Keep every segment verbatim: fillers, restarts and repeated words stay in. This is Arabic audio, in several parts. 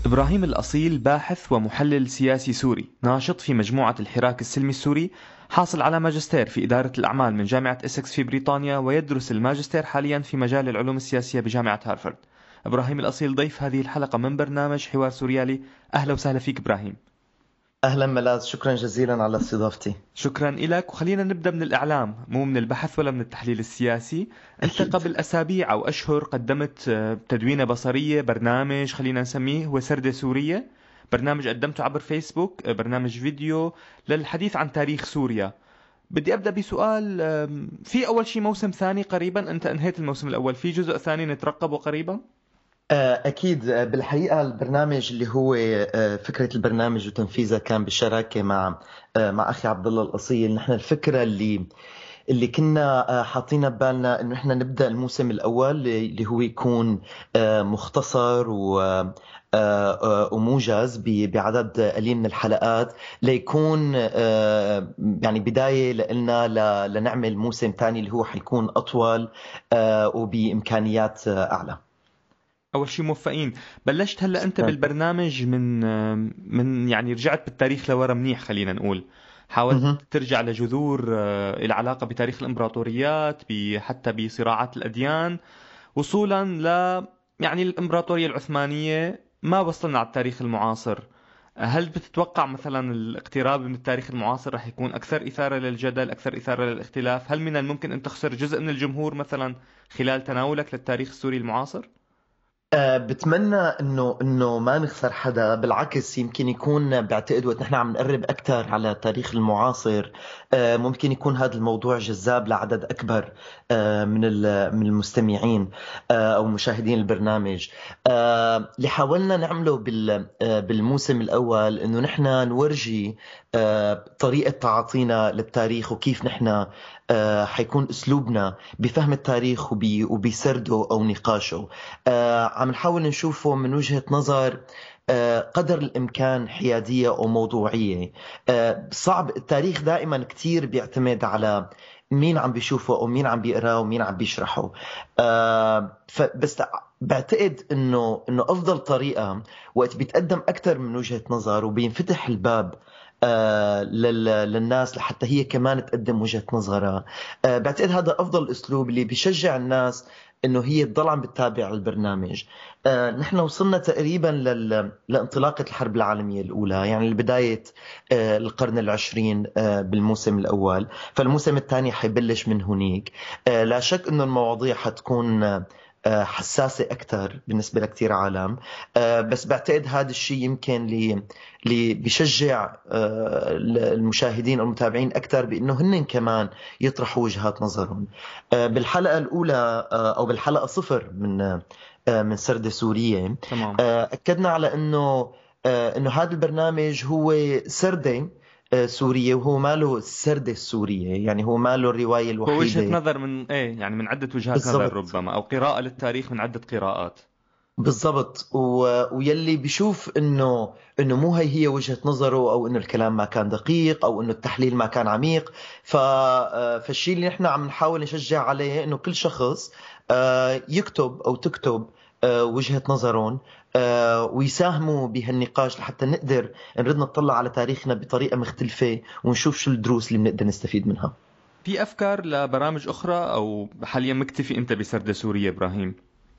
إبراهيم الأصيل باحث ومحلل سياسي سوري ناشط في مجموعة الحراك السلمي السوري، حاصل على ماجستير في إدارة الأعمال من جامعة إسكس في بريطانيا، ويدرس الماجستير حاليا في مجال العلوم السياسية بجامعة هارفارد. إبراهيم الأصيل ضيف هذه الحلقة من برنامج حوار سوريالي. أهلا وسهلا فيك إبراهيم. أهلا ملاذ، شكرا جزيلا على استضافتي. شكرا لك، وخلينا نبدأ من الإعلام، مو من البحث ولا من التحليل السياسي. أنت أكيد. قبل أسابيع أو أشهر قدمت آه، تدوينة بصرية، برنامج خلينا نسميه هو سردة سورية. برنامج قدمته عبر فيسبوك، آه، برنامج فيديو للحديث عن تاريخ سوريا. بدي أبدأ بسؤال، آم، في أول شيء موسم ثاني قريبا، أنت أنهيت الموسم الأول، في جزء ثاني نترقبه قريبا؟ آه، أكيد. آه، بالحقيقة البرنامج اللي هو آه، فكرة البرنامج وتنفيذها كان بالشراكة مع آه، مع أخي عبد الله الأصيل. نحن الفكرة اللي اللي كنا آه، حاطينها ببالنا إنه إحنا نبدأ الموسم الأول اللي هو يكون آه، مختصر و آه، آه، وموجز ب- بعدد قليل من الحلقات، ليكون آه، يعني بداية لنا ل- لنعمل موسم ثاني اللي هو حيكون أطول آه، وبإمكانيات آه، أعلى. أول شيء موفقين. بلشت هلا أنت بالبرنامج من آم، من يعني رجعت بالتاريخ لورا منيح، خلينا نقول. حاولت مهم. ترجع لجذور آه، العلاقة بتاريخ الإمبراطوريات، ب- حتى بصراعات الأديان، وصولا ل يعني الإمبراطورية العثمانية، ما وصلنا على التاريخ المعاصر. هل بتتوقع مثلا الاقتراب من التاريخ المعاصر رح يكون أكثر إثارة للجدل، أكثر إثارة للاختلاف؟ هل من الممكن أن تخسر جزء من الجمهور مثلا خلال تناولك للتاريخ السوري المعاصر؟ أه بتمنى انه انه ما نخسر حدا، بالعكس يمكن يكون بعتقد وقت نحن عم نقرب اكثر على التاريخ المعاصر أه ممكن يكون هذا الموضوع جذاب لعدد اكبر أه من ال- من المستمعين أه او مشاهدين البرنامج. أه اللي حاولنا نعمله بال أه بالموسم الاول انه نحن نورجي أه طريقة تعاطينا للتاريخ وكيف نحن أه حيكون اسلوبنا بفهم التاريخ وب- وبسرده او نقاشه. آه، عم نحاول نشوفه من وجهة نظر آه، قدر الإمكان حيادية أو موضوعية. آه، صعب، التاريخ دائما كتير بيعتمد على مين عم بيشوفه أو مين عم بيقراه ومين عم بيشرحه. آه، فبس بعتقد إنه إنه أفضل طريقة وقت بيتقدم أكثر من وجهة نظر وبينفتح الباب آه، لل- للناس لحتى هي كمان تقدم وجهة نظرها. آه، بعتقد هذا أفضل أسلوب اللي بيشجع الناس انه هي تضل عم بتتابع البرنامج. آه، نحن وصلنا تقريبا لل... لانطلاقة الحرب العالمية الأولى، يعني لبداية آه القرن العشرين آه بالموسم الأول، فالموسم الثاني حيبلش من هناك. آه لا شك انه المواضيع حتكون آه آه، حساسة أكثر بالنسبة لكتير عالم. آه، بس بعتقد هذا الشيء يمكن اللي اللي بيشجع آه، المشاهدين أو المتابعين أكثر بأنه هن كمان يطرحوا وجهات نظرهم. آه، بالحلقة الأولى آه، أو بالحلقة صفر من آه، من سردة سورية، تمام. آه، أكدنا على أنه آه، أنه هذا البرنامج هو سردة آه، سورية، وهو ماله السردة السورية، يعني هو ماله الرواية هو وجهة الوحيدة. نظر من ايه، يعني من عدة وجهات نظر بالضبط. ربما، او قراءة للتاريخ من عدة قراءات. بالضبط و... ويلي بيشوف انه انه مو هي هي وجهة نظره، او انه الكلام ما كان دقيق، او انه التحليل ما كان عميق. ف... آه، فالشيء اللي نحن عم نحاول نشجع عليه انه كل شخص آه، يكتب او تكتب آه، وجهة نظرهم، آه، ويساهموا بهالنقاش لحتى نقدر نرد نطلع على تاريخنا بطريقة مختلفة ونشوف شو الدروس اللي بنقدر نستفيد منها. في افكار لبرامج اخرى، او حاليا مكتفي انت بسردة سورية ابراهيم؟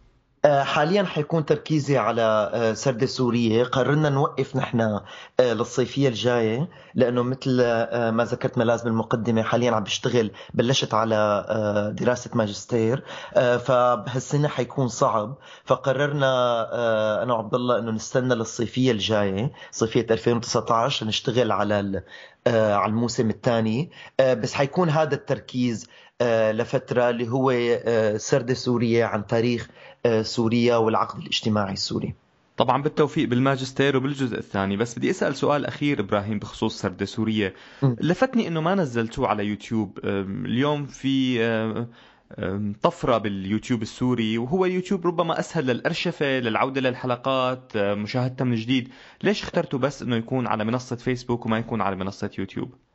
آه، حاليا حيكون تركيزي على آه، سردة سورية. قررنا نوقف نحن آه، للصيفية الجاية، لأنه مثل آه، ما ذكرت ملاذ بالمقدمة، حاليا عم بشتغل، بلشت على آه، دراسة ماجستير. آه، فبهالسنة حيكون صعب، فقررنا آه، أنا وعبد الله إنه نستنى للصيفية الجاية، صيفية ألفين وتسعة عشر، نشتغل على ال- آه، على الموسم الثاني. بس حيكون هذا التركيز آه، لفترة اللي هو آه، سردة سورية عن تاريخ آه، سوريا والعقد الاجتماعي السوري. طبعا بالتوفيق بالماجستير وبالجزء الثاني. بس بدي اسأل سؤال اخير ابراهيم بخصوص سردة سورية. م. لفتني انه ما نزلتوه على يوتيوب. أم، اليوم في أم، أم، طفرة باليوتيوب السوري، وهو يوتيوب ربما اسهل للارشفة، للعودة للحلقات، أم، مشاهدتها من جديد. ليش اخترتوا بس انه يكون على منصة فيسبوك وما يكون على منصة يوتيوب؟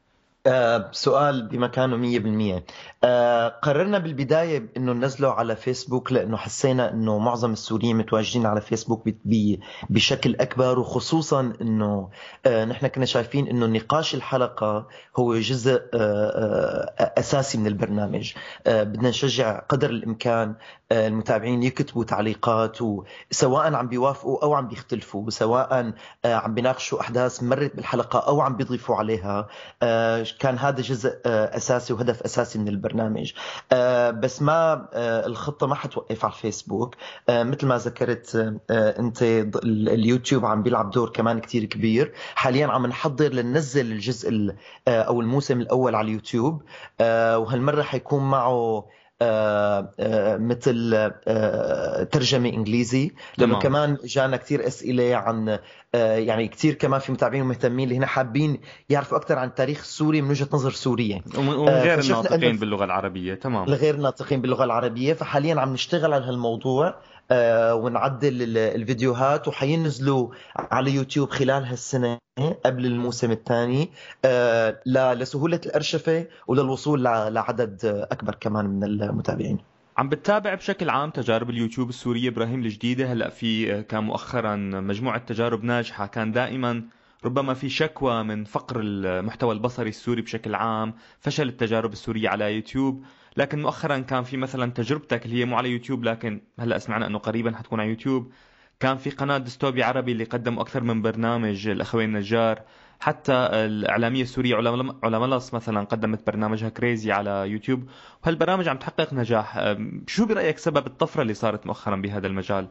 آه، سؤال بمكانه مية بالمية. آه، قررنا بالبداية إنه ننزله على فيسبوك لأنه حسينا إنه معظم السوريين متواجدين على فيسبوك ب- ب- بشكل أكبر، وخصوصا إنه آه، نحن كنا شايفين إنه نقاش الحلقة هو جزء آه، آه، أساسي من البرنامج. آه، بدنا نشجع قدر الإمكان آه، المتابعين يكتبوا تعليقات، وسواء عم بيوافقوا أو عم بيختلفوا، سواء آه، عم بيناقشوا أحداث مرت بالحلقة أو عم بيضيفوا عليها. آه، كان هذا جزء آه، أساسي وهدف أساسي من البرنامج. آه، بس ما آه، الخطة ما حتوقف على الفيسبوك. آه، مثل ما ذكرت آه، أنت، ض- ال- اليوتيوب عم بيلعب دور كمان كتير كبير. حاليا عم نحضر لننزل الجزء ال- آه، أو الموسم الأول على اليوتيوب. آه، وهالمرة حيكون معه آه، آه، مثل آه، ترجمة إنجليزي، لأنه تمام. كمان جانا كتير أسئلة عن آه، يعني كتير كمان في متابعين ومهتمين اللي هنا حابين يعرفوا أكثر عن التاريخ السوري من وجهة نظر سورية. ومن ومن آه، غير فشفنا أنه الناطقين باللغة العربية. تمام. الغير ناطقين باللغة العربية، فحاليا عم نشتغل على هالموضوع. آه، ونعدل ال- الفيديوهات، وحينزلوا على يوتيوب خلال هالسنة قبل الموسم الثاني، آه، ل- لسهولة الأرشفة وللوصول ل- لعدد أكبر كمان من المتابعين. عم بتتابع بشكل عام تجارب اليوتيوب السورية إبراهيم الجديدة؟ هلأ في كان مؤخرا مجموعة تجارب ناجحة، كان دائما ربما في شكوى من فقر المحتوى البصري السوري بشكل عام، فشل التجارب السورية على يوتيوب. لكن مؤخرا كان في مثلا تجربتك اللي هي مو على يوتيوب، لكن هلأ سمعنا أنه قريبا حتكون على يوتيوب. كان في قناة ديستوبي عربي اللي قدموا أكثر من برنامج، الأخوين النجار. حتى الإعلامية السورية على على منص مثلا قدمت برنامجها كريزي على يوتيوب، وهالبرامج عم تحقق نجاح. أم، شو برأيك سبب الطفرة اللي صارت مؤخرا بهذا المجال؟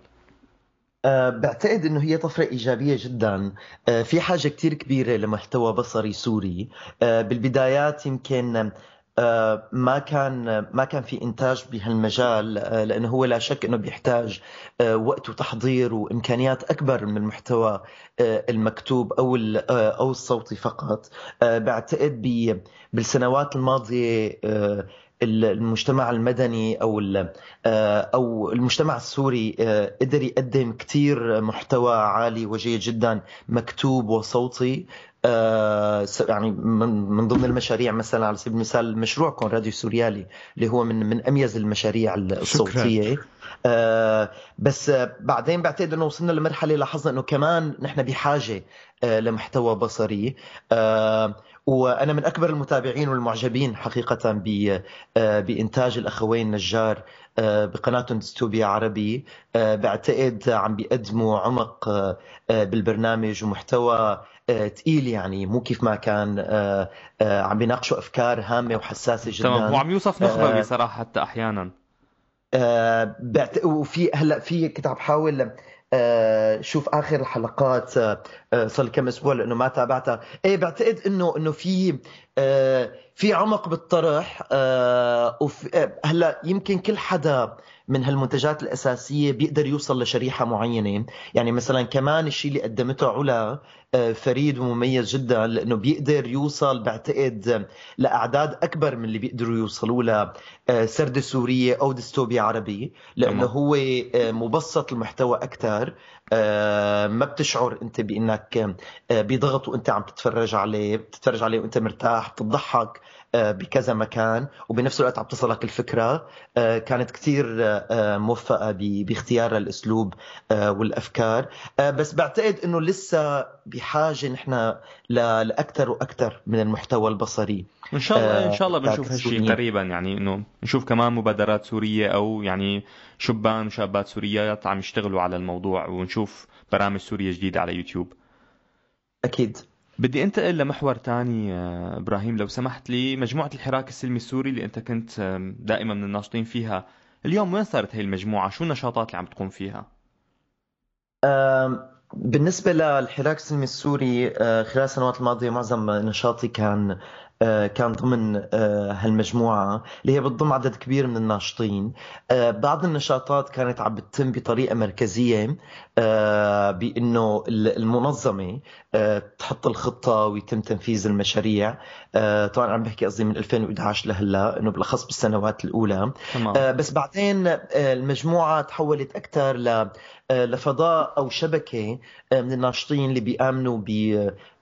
أه، بعتقد انه هي طفرة ايجابية جدا. أه، في حاجة كتير كبيرة لمحتوى بصري سوري. أه، بالبدايات يمكن أه، ما كان ما كان في انتاج بهالمجال، أه، لانه هو لا شك انه بيحتاج أه، وقت وتحضير وامكانيات اكبر من المحتوى أه، المكتوب او ال- أه، او الصوتي فقط. أه، بعتقد ب- بالسنوات الماضية أه، المجتمع المدني او ال- آه، أو المجتمع السوري آه، قدر يقدم كتير محتوى عالي وجيد جدا، مكتوب وصوتي. آه، س- يعني من من ضمن المشاريع مثلا على سبيل المثال مشروعكم راديو سوريالي، اللي هو من من أميز المشاريع شكرا. الصوتية. آه، بس آه، بعدين بعتقد انه وصلنا لمرحله لاحظنا انه كمان نحن بحاجه آه، لمحتوى بصري. آه، وانا من اكبر المتابعين والمعجبين حقيقه ب آه، بانتاج الاخوين نجار آه، بقناتهم دستوبيا عربي. آه، بعتقد عم بيقدموا عمق آه، آه، بالبرنامج ومحتوى آه، تقيل، يعني مو كيف ما كان آه، آه، عم بيناقشوا أفكار هامة وحساسة تمام، هو جدا. عم يوصف نخبوي آه، صراحة حتى أحيانا. آه، بعت... وفي هلا في كنت عم بحاول آه، شوف اخر الحلقات. آه، آه، صار لي كم اسبوع لانه ما تابعتها. ايه بعتقد انه انه في آه، في عمق بالطرح. آه، وفي آه، هلا يمكن كل حدا من هالمنتجات الاساسيه بيقدر يوصل لشريحه معينه. يعني مثلا كمان الشيء اللي قدمته علا آه، فريد ومميز جدا، لانه بيقدر يوصل بعتقد لاعداد اكبر من اللي بيقدروا يوصلوا لها آه، سردة سورية أو ديستوبيا عربي، لأنه تمام. هو آه، مبسط المحتوى أكثر. آه، ما بتشعر أنت بأنك آه، بضغط وأنت عم تتفرج عليه، بتتفرج عليه وأنت مرتاح بتضحك آه، بكذا مكان، وبنفس الوقت عم تصلك الفكرة. آه، كانت كتير آه، موفقة ب- باختيار الأسلوب آه، والأفكار. آه، بس بعتقد أنه لسه بحاجة نحن ل- لأكثر وأكثر من المحتوى البصري إن شاء الله إن آه، شاء الله ك- بنشوف هالشي كسوريين. قريبا، يعني إنه نشوف كمان مبادرات سورية أو يعني شبان وشابات سوريات عم يشتغلوا على الموضوع، ونشوف برامج سورية جديدة على يوتيوب. أكيد. بدي انتقل لمحور تاني. آه، إبراهيم لو سمحت لي، مجموعة الحراك السلمي السوري اللي أنت كنت آم، دائما من الناشطين فيها، اليوم وين صارت هي المجموعة؟ شو النشاطات اللي عم تقوم فيها؟ آم، بالنسبة للحراك السلمي السوري، آه، خلال السنوات الماضية معظم نشاطي كان آه، كان ضمن آه، هالمجموعة اللي هي بتضم عدد كبير من الناشطين. آه، بعض النشاطات كانت عم بتتم بطريقة مركزية، آه، بأنه ال- المنظمة آه، تحط الخطة ويتم تنفيذ المشاريع. آه، طبعا عم بحكي قصدي من ألفين وإحدى عشر لهلا، انه بالاخص بالسنوات الاولى. تمام. آه، بس بعدين آه، المجموعة تحولت اكثر ل آه، لفضاء أو شبكة آه، من الناشطين اللي بيآمنوا ب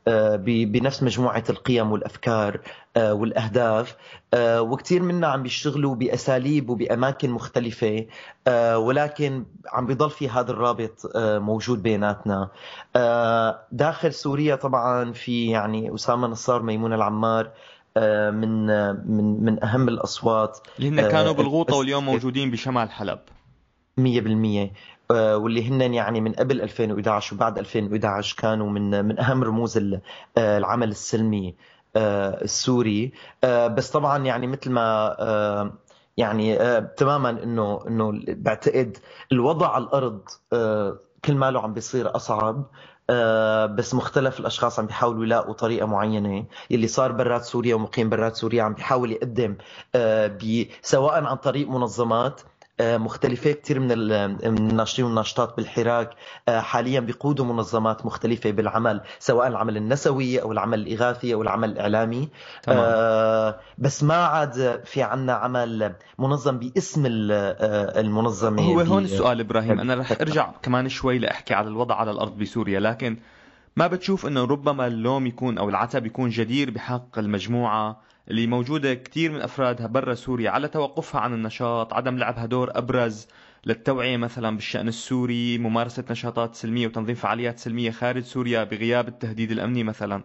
بنفس مجموعة القيم والأفكار والأهداف، وكتير منا عم بيشتغلوا بأساليب وبأماكن مختلفة، ولكن عم بيضل في هذا الرابط موجود بيناتنا. داخل سوريا طبعا في يعني أسامة نصار، ميمون العمار، من من من أهم الأصوات اللي هن كانوا بالغوطة واليوم المؤثرة موجودين بشمال حلب. مية بالمية. واللي هن يعني من قبل ألفين وإحدى عشر وبعد ألفين وإحدى عشر كانوا من من أهم رموز العمل السلمي السوري. بس طبعا يعني مثل ما يعني تماما انه انه بعتقد الوضع على الارض كل ماله عم بيصير اصعب، بس مختلف الاشخاص عم بيحاولوا يلاقوا طريقه معينه. يلي صار برات سوريا ومقيم برات سوريا عم بيحاول يقدم سواء عن طريق منظمات مختلفة. كتير من من الناشطين والناشطات بالحراك حاليا بيقودوا منظمات مختلفة بالعمل، سواء العمل النسوي أو العمل الإغاثي أو العمل الإعلامي. تمام. بس ما عاد في عنا عمل منظم باسم المنظمة. هو هون السؤال إبراهيم، أنا رح أرجع كمان شوي لأحكي على الوضع على الأرض بسوريا، لكن ما بتشوف أنه ربما اللوم يكون أو العتب يكون جدير بحق المجموعة اللي موجودة كتير من أفرادها برا سوريا على توقفها عن النشاط، عدم لعبها دور أبرز للتوعية مثلا بالشأن السوري، ممارسة نشاطات سلمية وتنظيم فعاليات سلمية خارج سوريا بغياب التهديد الأمني مثلا؟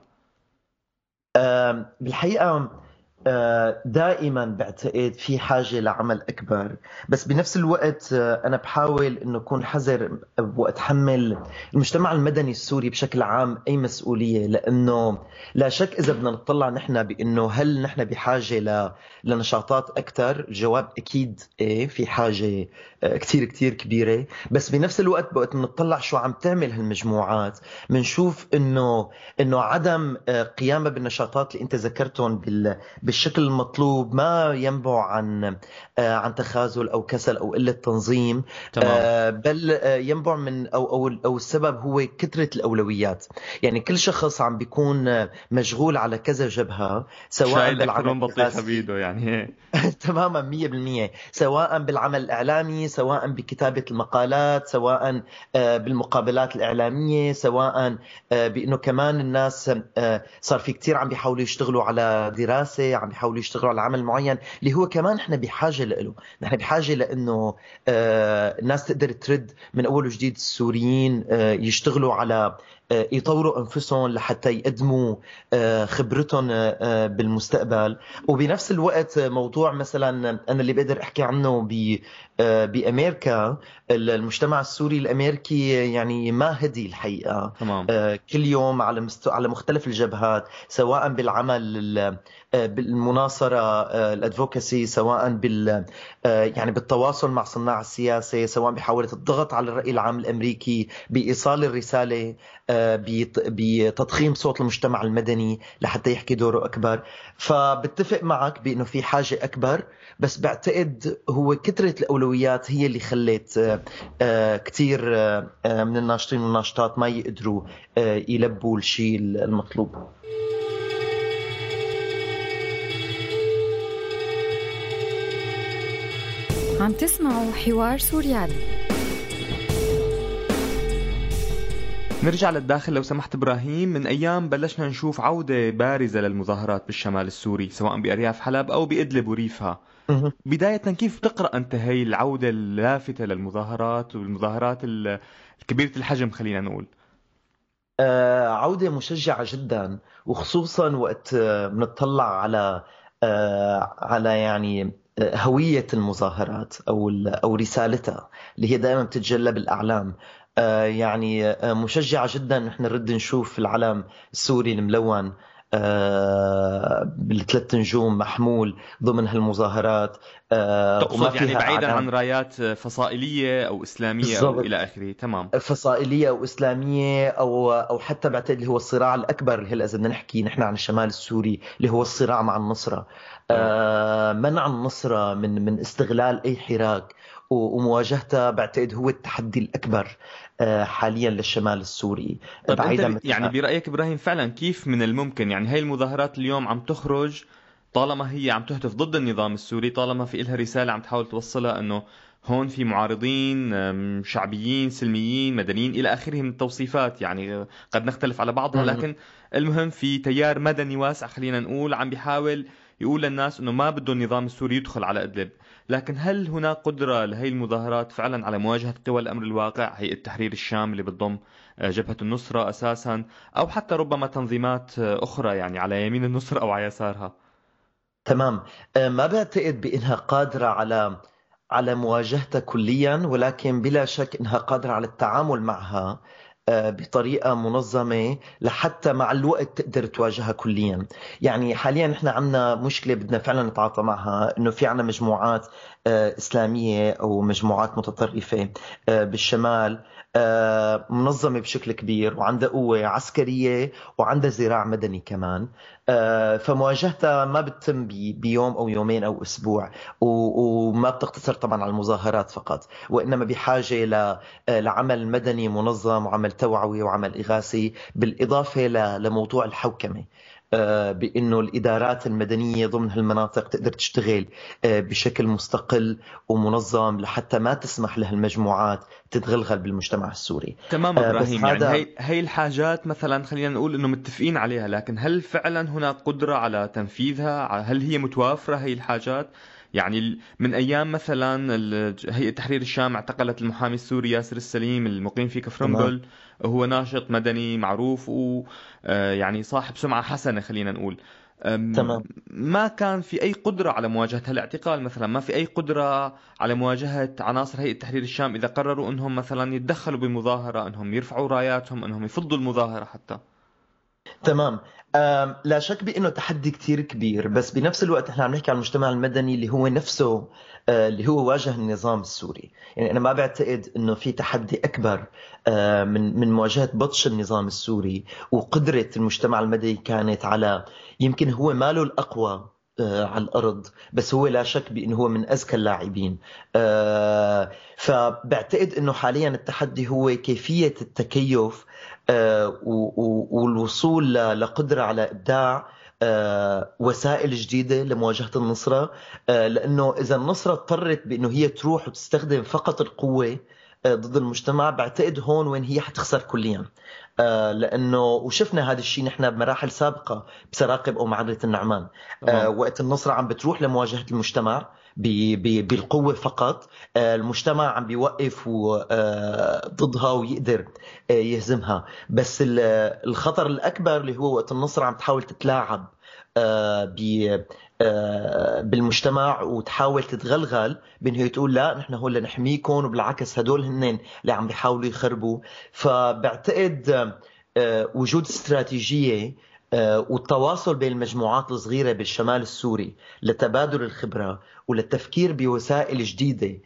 بالحقيقة دائما بعتقد في حاجة لعمل أكبر، بس بنفس الوقت أنا بحاول أنه أكون حذر وأتحمل المجتمع المدني السوري بشكل عام أي مسؤولية، لأنه لا شك إذا بدنا نطلع نحن بأنه هل نحن بحاجة ل... لنشاطات أكثر، الجواب أكيد إيه، في حاجة كتير كتير كبيرة. بس بنفس الوقت بقت نطلع شو عم تعمل هالمجموعات، منشوف أنه أنه عدم قيامها بالنشاطات اللي أنت ذكرتهم بال... بالشكل المطلوب ما ينبع عن عن تخاذل او كسل او قله تنظيم. تمام. بل ينبع من او او او السبب هو كثره الاولويات. يعني كل شخص عم بيكون مشغول على كذا جبهه، سواء شايل بالعمل أكثر من بطيخة الدراسي بيده يعني. تماما مية بالمية، سواء بالعمل الإعلامي، سواء بكتابة المقالات، سواء بالمقابلات الإعلامية، سواء بأنه كمان الناس صار في كتير عم بيحاولوا يشتغلوا على دراسة، عم بيحاولوا يشتغلوا على عمل معين اللي هو كمان احنا بحاجة له. نحن بحاجة لأنه الناس تقدر ترد من أول وجديد، السوريين يشتغلوا على يطوروا أنفسهم لحتى يقدموا خبرتهم بالمستقبل. وبنفس الوقت موضوع مثلا أنا اللي بقدر أحكي عنه ب بأمريكا، المجتمع السوري الأمريكي يعني ما هدي الحقيقة. تمام. كل يوم على مستو... على مختلف الجبهات، سواء بالعمل بالمناصرة الادفوكاسي، سواء بال يعني بالتواصل مع صناع السياسة، سواء بحاولة الضغط على الرأي العام الأمريكي بإيصال الرسالة، بتضخيم صوت المجتمع المدني لحتى يحكي دوره أكبر. فبتفق معك بأنه في حاجة أكبر، بس بعتقد هو كثرة الأولويات هي اللي خلت كتير من الناشطين والناشطات ما يقدروا يلبوا الشيء المطلوب. عم تسمعوا حوار سوريالي. نرجع للداخل لو سمحت إبراهيم. من أيام بلشنا نشوف عودة بارزة للمظاهرات بالشمال السوري، سواء بأرياف حلب أو بإدلب وريفها. بداية كيف تقرأ أنت هاي العودة اللافتة للمظاهرات والمظاهرات الكبيرة الحجم خلينا نقول؟ آه عودة مشجعة جدا، وخصوصا وقت بنطلع على آه على يعني هوية المظاهرات أو أو رسالتها اللي هي دائما بتتجلى بالأعلام. آه يعني آه مشجعة جدا نحن نرد نشوف العلم السوري الملون آه بالثلاث نجوم محمول ضمن هالمظاهرات. آه تقصد يعني بعيدا عن رايات فصائلية أو إسلامية بالزبط. أو إلى آخره. تمام. فصائلية أو إسلامية أو أو حتى بعتقد اللي هو الصراع الأكبر اللي هلا إذا بدنا نحكي نحن عن الشمال السوري اللي هو الصراع مع النصرة. آه منع النصرة من من استغلال أي حراك ومواجهتها بعتقد هو التحدي الأكبر حاليا للشمال السوري. طيب أنت يعني برأيك إبراهيم فعلا كيف من الممكن يعني هاي المظاهرات اليوم عم تخرج طالما هي عم تهتف ضد النظام السوري، طالما في إلها رسالة عم تحاول توصلها أنه هون في معارضين شعبيين سلميين مدنيين إلى آخره من التوصيفات، يعني قد نختلف على بعضها، لكن المهم في تيار مدني واسع خلينا نقول عم بيحاول يقول للناس أنه ما بده النظام السوري يدخل على إدلب. لكن هل هناك قدرة لهي المظاهرات فعلا على مواجهة قوى الأمر الواقع، هيئة تحرير الشام اللي بتضم جبهة النصرة أساسا، أو حتى ربما تنظيمات أخرى يعني على يمين النصرة أو على يسارها؟ تمام. ما بعتقد بأنها قادرة على على مواجهتها كليا، ولكن بلا شك أنها قادرة على التعامل معها بطريقة منظمة لحتى مع الوقت تقدر تواجهها كليا. يعني حاليا نحن عندنا مشكلة بدنا فعلا نتعاطى معها، انه في عندنا مجموعات إسلامية أو مجموعات متطرفة بالشمال منظمة بشكل كبير، وعندها قوة عسكرية وعندها ذراع مدني كمان. فمواجهتها ما بتتم بيوم أو يومين أو أسبوع، وما بتقتصر طبعا على المظاهرات فقط، وإنما بحاجة لعمل مدني منظم وعمل توعوي وعمل إغاثي، بالإضافة لموضوع الحوكمة، بأنه الإدارات المدنية ضمن هالمناطق تقدر تشتغل بشكل مستقل ومنظم لحتى ما تسمح لهالمجموعات تتغلغل بالمجتمع السوري. تمام إبراهيم، يعني هي, هي الحاجات مثلا خلينا نقول أنه متفقين عليها، لكن هل فعلا هناك قدرة على تنفيذها؟ هل هي متوافرة هي الحاجات؟ يعني من أيام مثلا هيئة تحرير الشام اعتقلت المحامي السوري ياسر السليم المقيم في كفرنبل، هو ناشط مدني معروف ويعني صاحب سمعة حسنة خلينا نقول. تمام. ما كان في أي قدرة على مواجهة هالاعتقال مثلا، ما في أي قدرة على مواجهة عناصر هيئة تحرير الشام إذا قرروا أنهم مثلا يتدخلوا بمظاهرة، أنهم يرفعوا راياتهم، أنهم يفضوا المظاهرة حتى. تمام. لا شك بأنه تحدي كتير كبير، بس بنفس الوقت احنا عم نحكي عن المجتمع المدني اللي هو نفسه اللي هو واجه النظام السوري. يعني أنا ما بعتقد أنه في تحدي أكبر من من مواجهة بطش النظام السوري، وقدرة المجتمع المدني كانت على، يمكن هو ماله الأقوى على الأرض، بس هو لا شك بأنه هو من أذكى اللاعبين. فبعتقد أنه حاليا التحدي هو كيفية التكيف والوصول لقدرة على إبداع وسائل جديدة لمواجهة النصرة، لأنه إذا النصرة اضطرت بأنه هي تروح وتستخدم فقط القوة ضد المجتمع، بعتقد هون وين هي حتخسر كليا. لأنه وشفنا هذا الشيء نحن بمراحل سابقة بسراقب أو معرة النعمان. آه وقت النصرة عم بتروح لمواجهة المجتمع بالقوة فقط، آه المجتمع عم بيوقف آه ضدها ويقدر آه يهزمها. بس الخطر الأكبر اللي هو وقت النصرة عم تحاول تتلاعب آه بالمجتمع وتحاول تتغلغل بأنه تقول لا نحن هو اللي نحميكم، وبالعكس هدول هن اللي عم بيحاولوا يخربوا. فبعتقد وجود استراتيجية والتواصل بين المجموعات الصغيرة بالشمال السوري لتبادل الخبرة وللتفكير بوسائل جديدة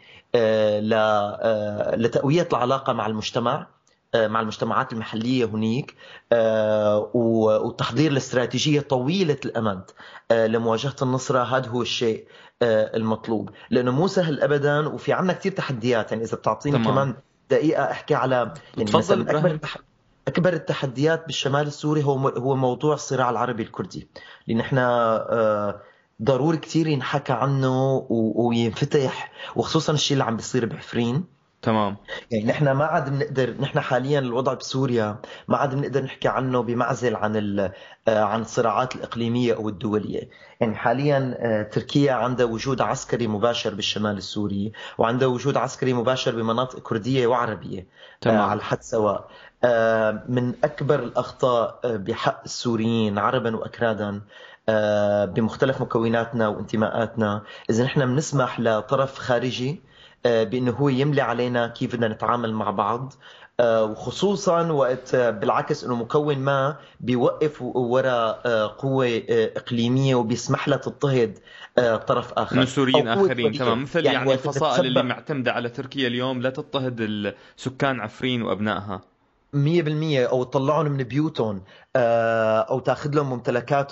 لتقوية العلاقة مع المجتمع، مع المجتمعات المحلية هنيك، وتحضير الاستراتيجية طويلة الأمد لمواجهة النصرة. هذا هو الشيء المطلوب، لأنه مو سهل أبدا، وفي عنا كتير تحديات. يعني إذا بتعطيني تمام. كمان دقيقة أحكي على يعني مثلا أكبر أكبر التحديات بالشمال السوري هو هو موضوع الصراع العربي الكردي، لأن إحنا ضروري كتير ينحكى عنه وينفتح، وخصوصا الشيء اللي عم بيصير بعفرين. تمام. يعني نحن ما عاد بنقدر، نحن حاليا الوضع بسوريا ما عاد بنقدر نحكي عنه بمعزل عن عن الصراعات الإقليمية أو الدولية. يعني حاليا تركيا عندها وجود عسكري مباشر بالشمال السوري، وعندها وجود عسكري مباشر بمناطق كردية وعربية. تمام. على الحد سواء. من أكبر الأخطاء بحق السوريين عربا وأكرادا بمختلف مكوناتنا وانتماءاتنا إذا نحن بنسمح لطرف خارجي بأنه هو يملي علينا كيف بدنا نتعامل مع بعض، وخصوصا وقت بالعكس أنه مكون ما بيوقف وراء قوة إقليمية وبيسمح لها تضطهد طرف آخر من سوريين آخرين. تمام. مثل يعني, يعني الفصائل اللي معتمدة على تركيا اليوم لا تضطهد السكان عفرين وأبنائها مية بالمية، أو تطلعهم من بيوتهم أو تأخذ لهم ممتلكاتهم.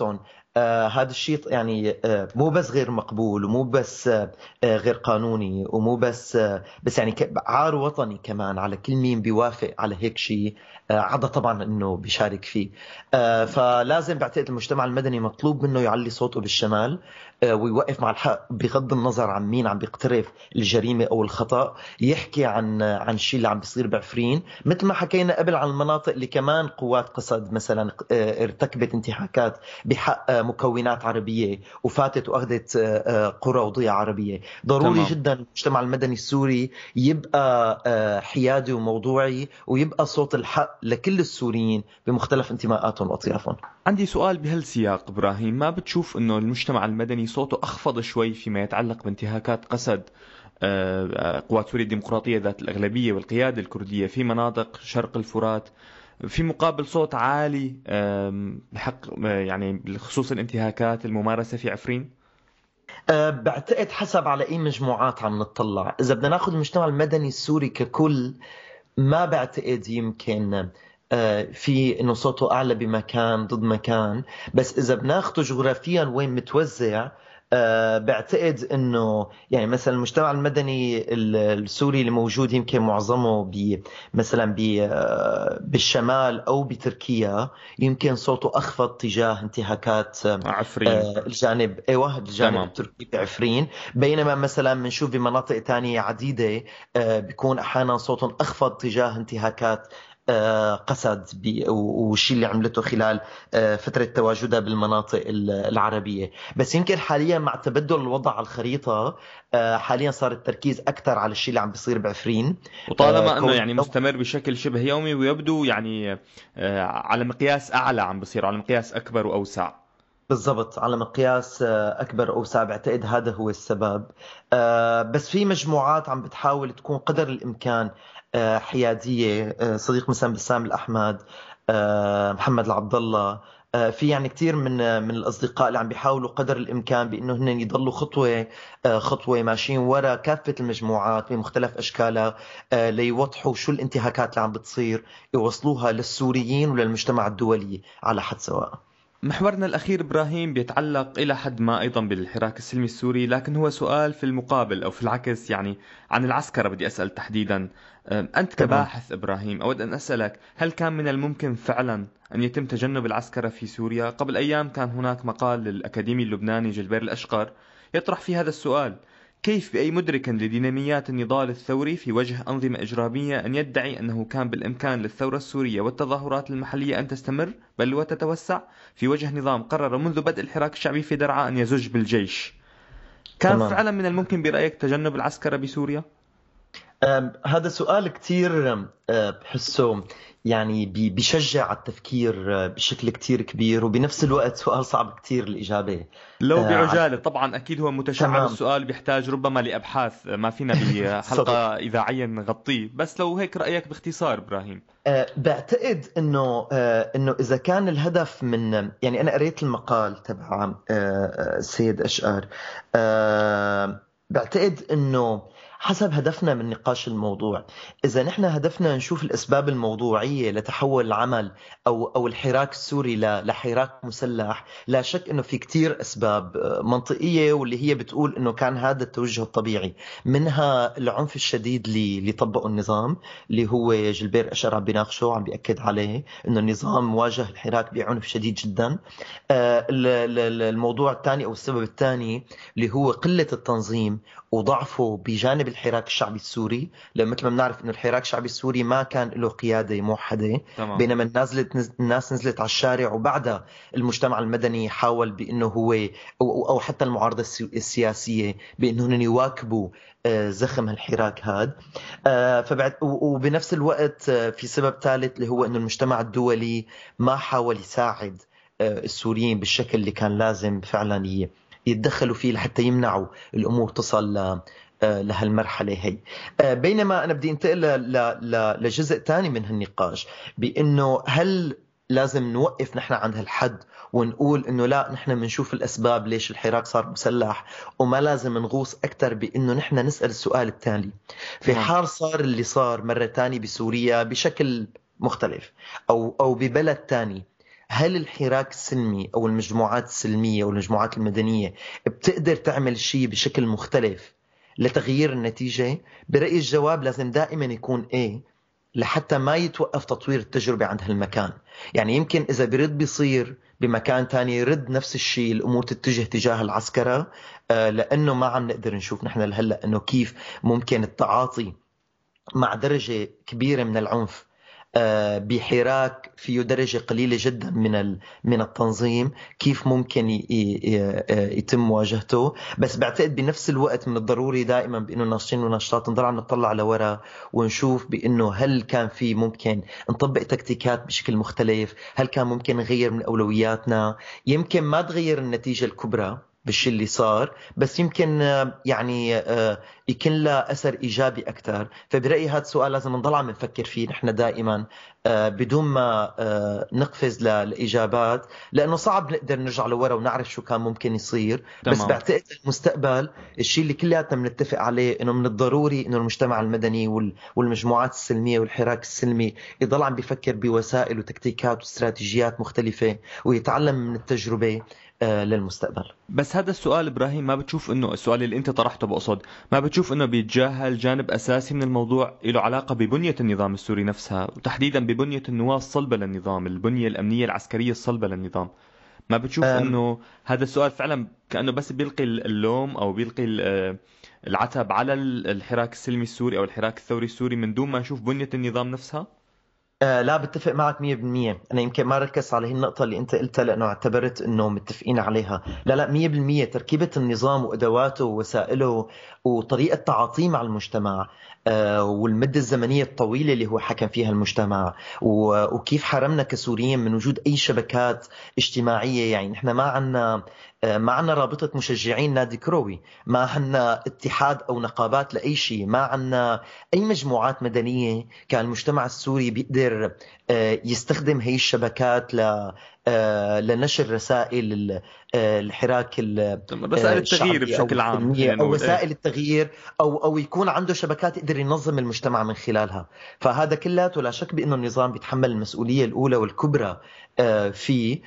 آه هذا الشيء يعني آه مو بس غير مقبول، ومو بس آه آه، غير قانوني، ومو بس آه بس يعني ك- عار وطني كمان على كل مين بيوافق على هيك شيء. آه عدا طبعا انه بيشارك فيه. آه فلازم بعتقد المجتمع المدني مطلوب منه يعلي صوته بالشمال، آه ويوقف مع الحق بغض النظر عن مين عم بيقترف الجريمة او الخطأ. يحكي عن عن الشيء اللي عم بيصير بعفرين، مثل ما حكينا قبل عن المناطق اللي كمان قوات قسد مثلا آه، ارتكبت انتهاكات بحق مكونات عربية، وفاتت وأخذت قرى وضيعة عربية. ضروري تمام. جدا المجتمع المدني السوري يبقى حيادي وموضوعي، ويبقى صوت الحق لكل السوريين بمختلف انتماءاتهم وأطيافهم. عندي سؤال بهالسياق إبراهيم، ما بتشوف أنه المجتمع المدني صوته أخفض شوي فيما يتعلق بانتهاكات قسد آه، آه، قوات سوريا الديمقراطية ذات الأغلبية والقيادة الكردية في مناطق شرق الفرات، في مقابل صوت عالي آم، بحق آه، يعني بخصوص الانتهاكات الممارسة في عفرين؟ أه، بعتقد حسب على أي مجموعات عم نطلع. إذا بدنا ناخذ المجتمع المدني السوري ككل، ما بعتقد يمكن أه، في انه صوته اعلى بمكان ضد مكان. بس اذا بناخده جغرافيا وين متوزع، أه، بعتقد انه يعني مثلا المجتمع المدني ال- السوري اللي موجود يمكن معظمه ب مثلا ب أه، بالشمال او بتركيا، يمكن صوته اخفض تجاه انتهاكات أه، عفرين. الجانب ايوه الجانب تمام. التركي بعفرين. بينما مثلا بنشوف بمناطق تانية عديدة آه، بيكون احيانا صوتهم اخفض تجاه انتهاكات آه، قسد بي- والشيء اللي عملته خلال آه، فترة تواجدها بالمناطق ال- العربية. بس يمكن حاليا مع تبدل الوضع على الخريطة، آه، حاليا صار التركيز أكثر على الشيء اللي عم بيصير بعفرين. آه، وطالما أنه كون يعني مستمر بشكل شبه يومي، ويبدو يعني آه، على مقياس أعلى، عم بصير على مقياس أكبر وأوسع. بالضبط على مقياس آه، أكبر أو أوسع، بعتقد هذا هو السبب. آه، بس في مجموعات عم بتحاول تكون قدر الإمكان آه، حيادية. آه، صديق مثلا بسام الأحمد، آه، محمد العبد الله، آه، في يعني كثير من آه، من الأصدقاء اللي عم بيحاولوا قدر الإمكان بأنه هن يضلوا خطوة آه، خطوة ماشيين وراء كافة المجموعات بمختلف أشكالها، آه، ليوضحوا شو الانتهاكات اللي عم بتصير، يوصلوها للسوريين وللمجتمع الدولي على حد سواء. محورنا الأخير إبراهيم بيتعلق إلى حد ما أيضا بالحراك السلمي السوري، لكن هو سؤال في المقابل أو في العكس، يعني عن العسكرة بدي أسأل تحديدا. أم، أنت تمام. كباحث إبراهيم أود أن أسألك، هل كان من الممكن فعلا أن يتم تجنب العسكرة في سوريا؟ قبل أيام كان هناك مقال للأكاديمي اللبناني جلبير الأشقر يطرح في هذا السؤال: كيف بأي مدرك لديناميات النضال الثوري في وجه أنظمة إجرامية أن يدعي أنه كان بالإمكان للثورة السورية والتظاهرات المحلية أن تستمر بل وتتوسع في وجه نظام قرر منذ بدء الحراك الشعبي في درعا أن يزج بالجيش؟ كان تمام. فعلا من الممكن برأيك تجنب العسكرة بسوريا؟ أم، هذا سؤال كتير أم، أه، بحسه يعني بي- بيشجع على التفكير أه، بشكل كتير كبير، وبنفس الوقت سؤال صعب كتير الإجابة لو أه، على. بعجالة طبعا، أكيد هو متشعب تمام. السؤال، بيحتاج ربما لأبحاث ما فينا صدق. بحلقة إذاعية نغطيه، بس لو هيك رأيك باختصار إبراهيم. أه، بعتقد انه أه، انه اذا كان الهدف من يعني انا قريت المقال تبع أه، أه، السيد اشقر. أه، بعتقد انه حسب هدفنا من نقاش الموضوع، اذا نحن هدفنا نشوف الاسباب الموضوعيه لتحول العمل او او الحراك السوري ل- لحراك مسلح، لا شك انه في كتير اسباب أه، منطقيه واللي هي بتقول انه كان هذا التوجه الطبيعي. منها العنف الشديد اللي اللي طبقه النظام، اللي هو جلبير أشر عم بيناقشه، عم بيأكد عليه إنه النظام واجه الحراك بعنف شديد جدا. آه، ال- ال- الموضوع الثاني أو السبب الثاني اللي هو قلة التنظيم وضعفه بجانب الحراك الشعبي السوري، لأن مثل ما بنعرف إنه الحراك الشعبي السوري ما كان له قيادة موحدة. تمام. بينما الناس نزلت الناس نزلت على الشارع، وبعدها المجتمع المدني حاول بأنه هو أو أو حتى المعارضة السي- السياسية بأنه هن يواكبوا آه، زخم الحراك هذا. آه، فبعد و- وبنفس الوقت آه، في سبب ثالث اللي هو انه المجتمع الدولي ما حاول يساعد آه، السوريين بالشكل اللي كان لازم فعلا ي- يتدخلوا فيه لحتى يمنعوا الامور تصل ل- آه، لهالمرحله هي. آه، بينما انا بدي انتقل ل- ل- لجزء ثاني من هالنقاش، بانه هل لازم نوقف نحن عند هالحد ونقول انه لا نحن بنشوف الاسباب ليش الحراك صار مسلح، وما لازم نغوص اكثر بانه نحن نسال السؤال التالي: في تمام. حال صار اللي صار مرة تانية بسوريا بشكل مختلف، أو أو ببلد تاني، هل الحراك السلمي أو المجموعات السلمية أو المجموعات المدنية بتقدر تعمل شيء بشكل مختلف لتغيير النتيجة؟ برأيي الجواب لازم دائما يكون إيه، لحتى ما يتوقف تطوير التجربة عند هالمكان. يعني يمكن إذا برد بيصير بمكان تاني يرد نفس الشيء، الأمور تتجه تجاه العسكرة، آه لأنه ما عم نقدر نشوف نحن لهلأ أنه كيف ممكن التعاطي مع درجة كبيرة من العنف بحراك فيه درجة قليلة جدا من من التنظيم، كيف ممكن يتم مواجهته. بس بعتقد بنفس الوقت من الضروري دائما بأنه ناشطين وناشطات نضل عم نطلع لورا ونشوف بأنه هل كان في ممكن نطبق تكتيكات بشكل مختلف، هل كان ممكن نغير من أولوياتنا. يمكن ما تغير النتيجة الكبرى بالشيء اللي صار، بس يمكن يعني يكون له أثر إيجابي أكثر. فبرأيي هذا السؤال لازم نضل عم نفكر فيه نحن دائما بدون ما نقفز للإجابات، لأنه صعب نقدر نرجع لورا ونعرف شو كان ممكن يصير. تمام. بس بعتقد المستقبل الشيء اللي كلياتنا بنتفق عليه إنه من الضروري إنه المجتمع المدني والمجموعات السلمية والحراك السلمي يضل عم بيفكر بوسائل وتكتيكات واستراتيجيات مختلفة ويتعلم من التجربة للمستقبل. بس هذا السؤال إبراهيم، ما بتشوف إنه السؤال اللي أنت طرحته بقصد، ما بتشوف إنه بيتجاهل جانب أساسي من الموضوع له علاقة ببنية النظام السوري نفسها، وتحديدا ببنية النواة الصلبة للنظام، البنية الأمنية العسكرية الصلبة للنظام؟ ما بتشوف إنه هذا السؤال فعلا كأنه بس بيلقي اللوم أو بيلقي العتب على الحراك السلمي السوري أو الحراك الثوري السوري من دون ما نشوف بنية النظام نفسها؟ آه لا، بتفق معك مية بالمية. أنا يمكن ما ركز على هي النقطة اللي أنت قلتها لأنه اعتبرت أنه متفقين عليها. لا لا، مية بالمية تركيبة النظام وأدواته ووسائله وطريقة تعاطيه مع المجتمع، آه والمدة الزمنية الطويلة اللي هو حكم فيها المجتمع، وكيف حرمنا كسوريين من وجود أي شبكات اجتماعية. يعني نحن ما عنا ما عنا رابطة مشجعين نادي كروي، ما عنا اتحاد أو نقابات لأي شيء، ما عنا أي مجموعات مدنية. كان المجتمع السوري بيقدر يستخدم هي الشبكات ل لنشر رسائل الحراك رسائل التغيير بشكل عام أو وسائل التغيير أو أو يكون عنده شبكات يقدر ينظم المجتمع من خلالها. فهذا كلاته لا شك بأنه النظام بيتحمل المسؤولية الأولى والكبرى فيه.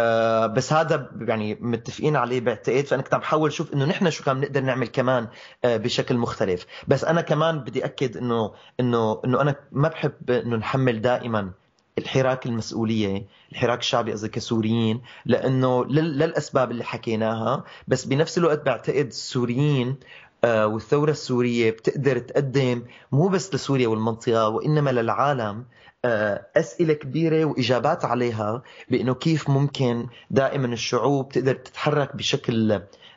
بس هذا يعني متفقين عليه بعتقد. فأنا كنت عم بحاول شوف إنه نحن شو كان نقدر نعمل كمان بشكل مختلف. بس أنا كمان بدي أكد إنه إنه إنه أنا ما بحب إنه نحمل دائما الحراك المسؤولية، الحراك الشعبي قصدي كسوريين، لأنه للأسباب اللي حكيناها. بس بنفس الوقت بعتقد السوريين والثورة السورية بتقدر تقدم مو بس لسوريا والمنطقة وإنما للعالم أسئلة كبيرة وإجابات عليها، بأنه كيف ممكن دائما الشعوب تقدر تتحرك بشكل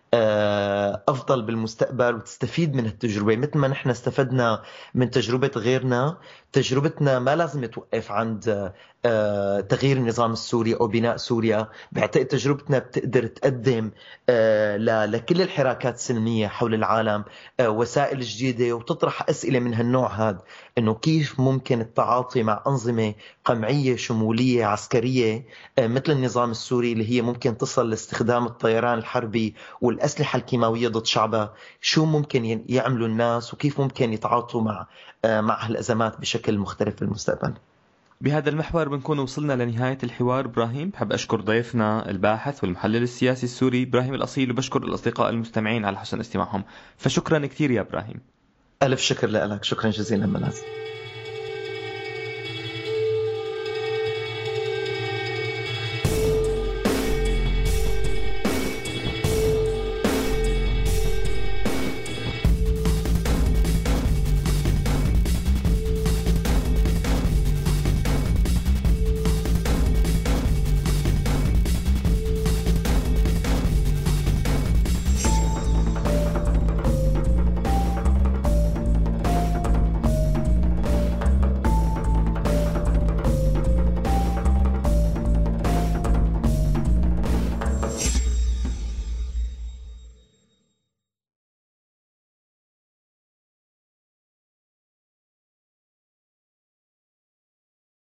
أفضل بالمستقبل وتستفيد من التجربة مثل ما نحن استفدنا من تجربة غيرنا. تجربتنا ما لازم توقف عند تغيير النظام السوري أو بناء سوريا. بعتقد تجربتنا بتقدر تقدم لكل الحراكات السلمية حول العالم وسائل جديدة وتطرح أسئلة من هالنوع هذا، إنه كيف ممكن التعاطي مع أنظمة قمعية شمولية عسكرية مثل النظام السوري اللي هي ممكن تصل لاستخدام الطيران الحربي والأسلحة الكيماوية ضد شعبها، شو ممكن يعملوا الناس وكيف ممكن يتعاطوا مع مع هالأزمات بشكل مختلف في المستقبل. بهذا المحور بنكون وصلنا لنهاية الحوار. إبراهيم، بحب أشكر ضيفنا الباحث والمحلل السياسي السوري إبراهيم الأصيل، وبشكر الأصدقاء المستمعين على حسن استماعهم. فشكرا كثير يا إبراهيم. ألف شكر لك. شكرا جزيلا ملاذ.